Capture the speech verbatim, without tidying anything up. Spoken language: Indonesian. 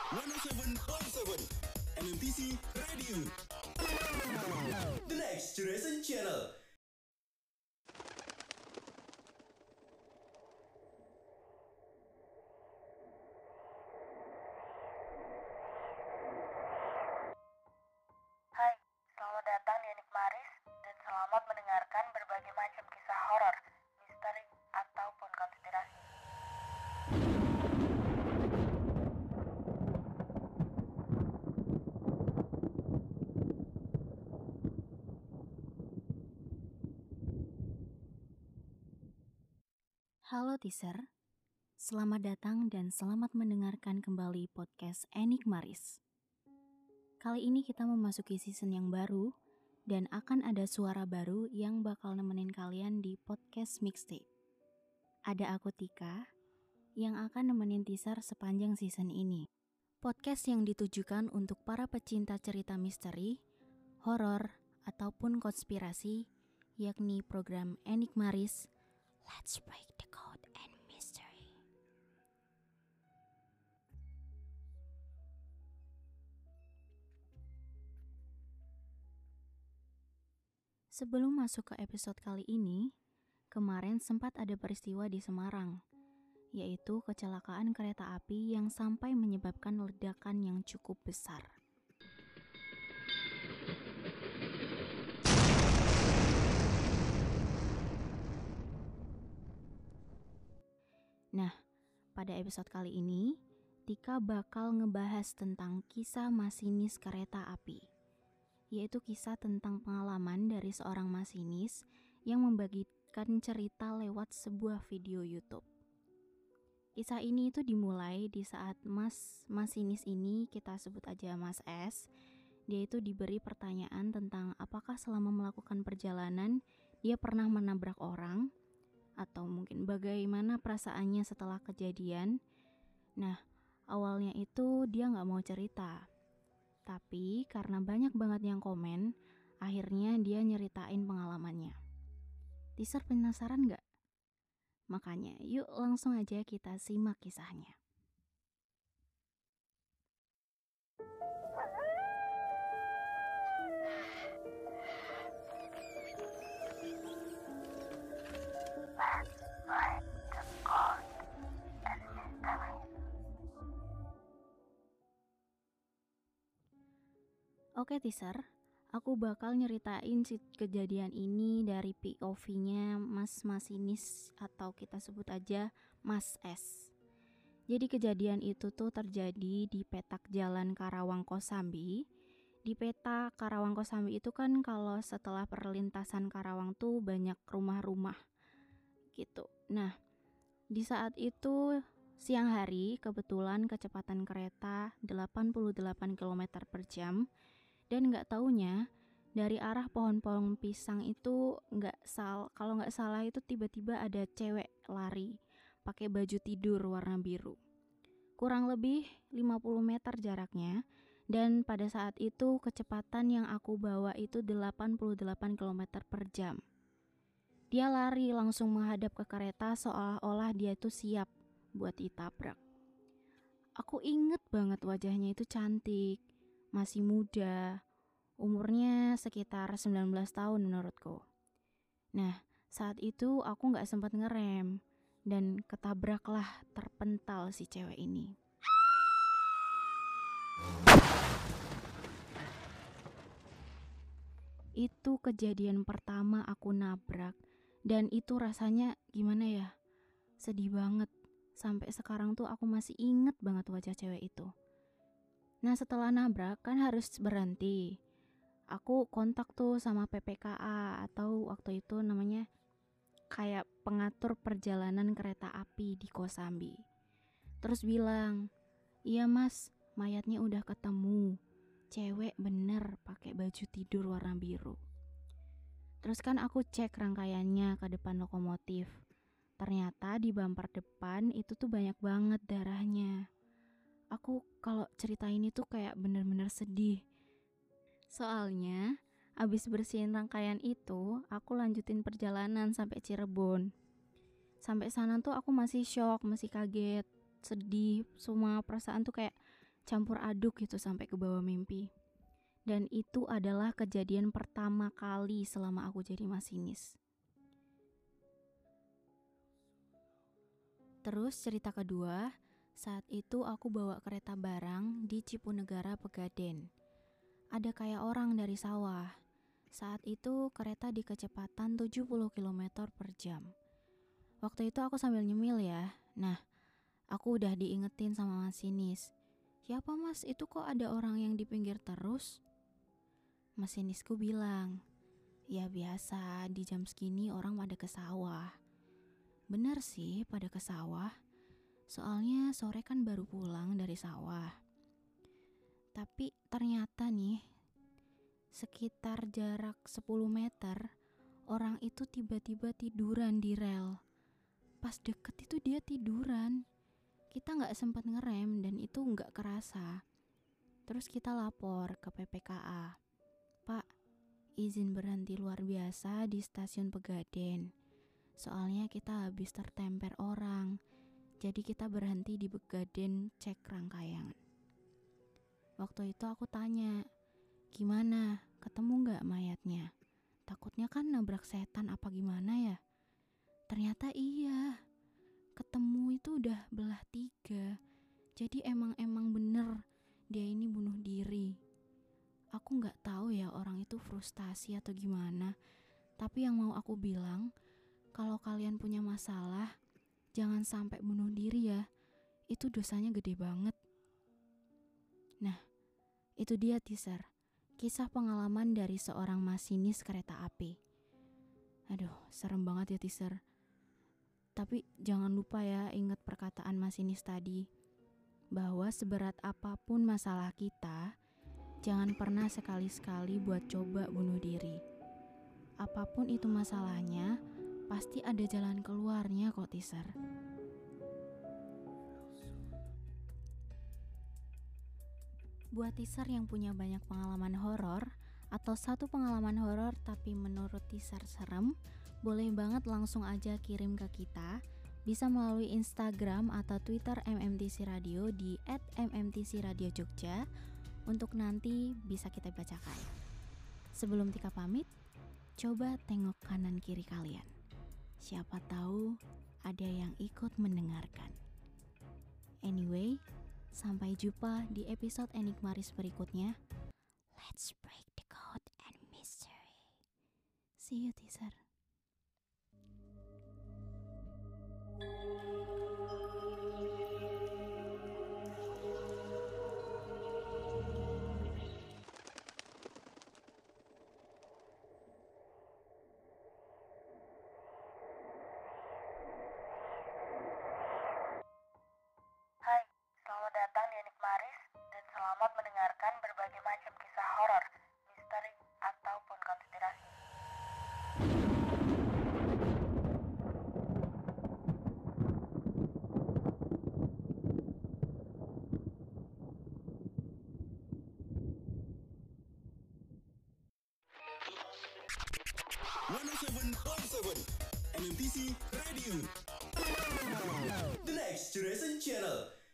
seratus tujuh koma tujuh M M T C Radio. The Next Generation Channel. Hai, selamat datang di Enik Maris dan selamat mendengarkan berbagai macam kisah horor, misteri, ataupun konspirasi. Halo teaser, selamat datang dan selamat mendengarkan kembali podcast Enik Maris. Kali ini kita memasuki season yang baru dan akan ada suara baru yang bakal nemenin kalian di podcast mixtape. Ada aku Tika yang akan nemenin teaser sepanjang season ini. Podcast yang ditujukan untuk para pecinta cerita misteri, horor, ataupun konspirasi, yakni program Enik Maris. Let's break the code and mystery. Sebelum masuk ke episode kali ini, kemarin sempat ada peristiwa di Semarang, yaitu kecelakaan kereta api yang sampai menyebabkan ledakan yang cukup besar. Nah, pada episode kali ini, Tika bakal ngebahas tentang kisah masinis kereta api, yaitu kisah tentang pengalaman dari seorang masinis yang membagikan cerita lewat sebuah video YouTube. Kisah ini itu dimulai di saat mas masinis ini, kita sebut aja Mas S, dia itu diberi pertanyaan tentang apakah selama melakukan perjalanan dia pernah menabrak orang, atau mungkin bagaimana perasaannya setelah kejadian. Nah, awalnya itu dia gak mau cerita. Tapi karena banyak banget yang komen, akhirnya dia nyeritain pengalamannya. Teaser penasaran gak? Makanya yuk langsung aja kita simak kisahnya. Oke teaser, aku bakal nyeritain si kejadian ini dari P O V-nya Mas Masinis atau kita sebut aja Mas S. Jadi kejadian itu tuh terjadi di petak jalan Karawang Kosambi. Di peta Karawang Kosambi itu kan kalau setelah perlintasan Karawang tuh banyak rumah-rumah gitu. Nah, di saat itu siang hari kebetulan kecepatan kereta delapan puluh delapan kilometer per jam. Dan nggak taunya dari arah pohon-pohon pisang itu nggak sal kalau nggak salah itu tiba-tiba ada cewek lari pakai baju tidur warna biru. Kurang lebih lima puluh meter jaraknya, dan pada saat itu kecepatan yang aku bawa itu delapan puluh delapan kilometer per jam. Dia lari langsung menghadap ke kereta seolah-olah dia itu siap buat ditabrak. Aku inget banget wajahnya itu cantik, masih muda, umurnya sekitar sembilan belas tahun menurutku. Nah, saat itu aku gak sempat ngerem dan ketabraklah terpental si cewek ini. Itu kejadian pertama aku nabrak dan itu rasanya gimana ya? Sedih banget. Sampai sekarang tuh aku masih inget banget wajah cewek itu. Nah, setelah nabrak kan harus berhenti. Aku kontak tuh sama P P K A atau waktu itu namanya kayak pengatur perjalanan kereta api di Kosambi. Terus bilang, iya mas, mayatnya udah ketemu. Cewek bener pakai baju tidur warna biru. Terus kan aku cek rangkaiannya ke depan lokomotif. Ternyata di bumper depan itu tuh banyak banget darahnya. Aku kalau ceritain itu kayak bener-bener sedih. Soalnya abis bersihin rangkaian itu, aku lanjutin perjalanan sampai Cirebon. Sampai sana tuh aku masih shock, masih kaget, sedih, semua perasaan tuh kayak campur aduk gitu sampai ke bawah mimpi. Dan itu adalah kejadian pertama kali selama aku jadi masinis. Terus cerita kedua, saat itu aku bawa kereta barang di Cipunegara Pegadaian. Ada kayak orang dari sawah. Saat itu kereta di kecepatan tujuh puluh kilometer per jam. Waktu itu aku sambil nyemil ya. Nah, aku udah diingetin sama masinis. "Siapa mas, itu kok ada orang yang di pinggir terus?" Masinisku bilang, "Ya biasa, di jam segini orang pada ke sawah." Bener sih pada ke sawah. Soalnya sore kan baru pulang dari sawah. Tapi ternyata nih, sekitar jarak sepuluh meter, orang itu tiba-tiba tiduran di rel. Pas deket itu dia tiduran. Kita gak sempat ngerem dan itu gak kerasa. Terus kita lapor ke P P K A. "Pak, izin berhenti luar biasa di stasiun Pegadaian. Soalnya kita habis tertemper orang. Jadi kita berhenti di Pegadaian cek rangkaian." Waktu itu aku tanya, "Gimana? Ketemu gak mayatnya? Takutnya kan nabrak setan apa gimana ya?" Ternyata iya. Ketemu itu udah belah tiga. Jadi emang-emang bener dia ini bunuh diri. Aku gak tahu ya orang itu frustasi atau gimana. Tapi yang mau aku bilang, kalau kalian punya masalah, jangan sampai bunuh diri ya. Itu dosanya gede banget. Nah, itu dia teaser. Kisah pengalaman dari seorang masinis kereta api. Aduh, serem banget ya teaser. Tapi jangan lupa ya ingat perkataan masinis tadi. Bahwa seberat apapun masalah kita, jangan pernah sekali-sekali buat coba bunuh diri. Apapun itu masalahnya, pasti ada jalan keluarnya kok teaser. Buat teaser yang punya banyak pengalaman horor atau satu pengalaman horor tapi menurut teaser serem, boleh banget langsung aja kirim ke kita. Bisa melalui Instagram atau Twitter M M T C Radio di et M M T C Radio Jogja untuk nanti bisa kita bacakan. Sebelum Tika pamit, coba tengok kanan kiri kalian. Siapa tahu ada yang ikut mendengarkan. Anyway, sampai jumpa di episode Enigmaris berikutnya. Let's break the code and mystery. See you teaser. Hai, selamat datang di Enigmaris dan selamat mendengarkan berbagai macam kisah horor, misteri, ataupun konspirasi. seratus tujuh koma tujuh M M T C Radio. The Next Generation Channel.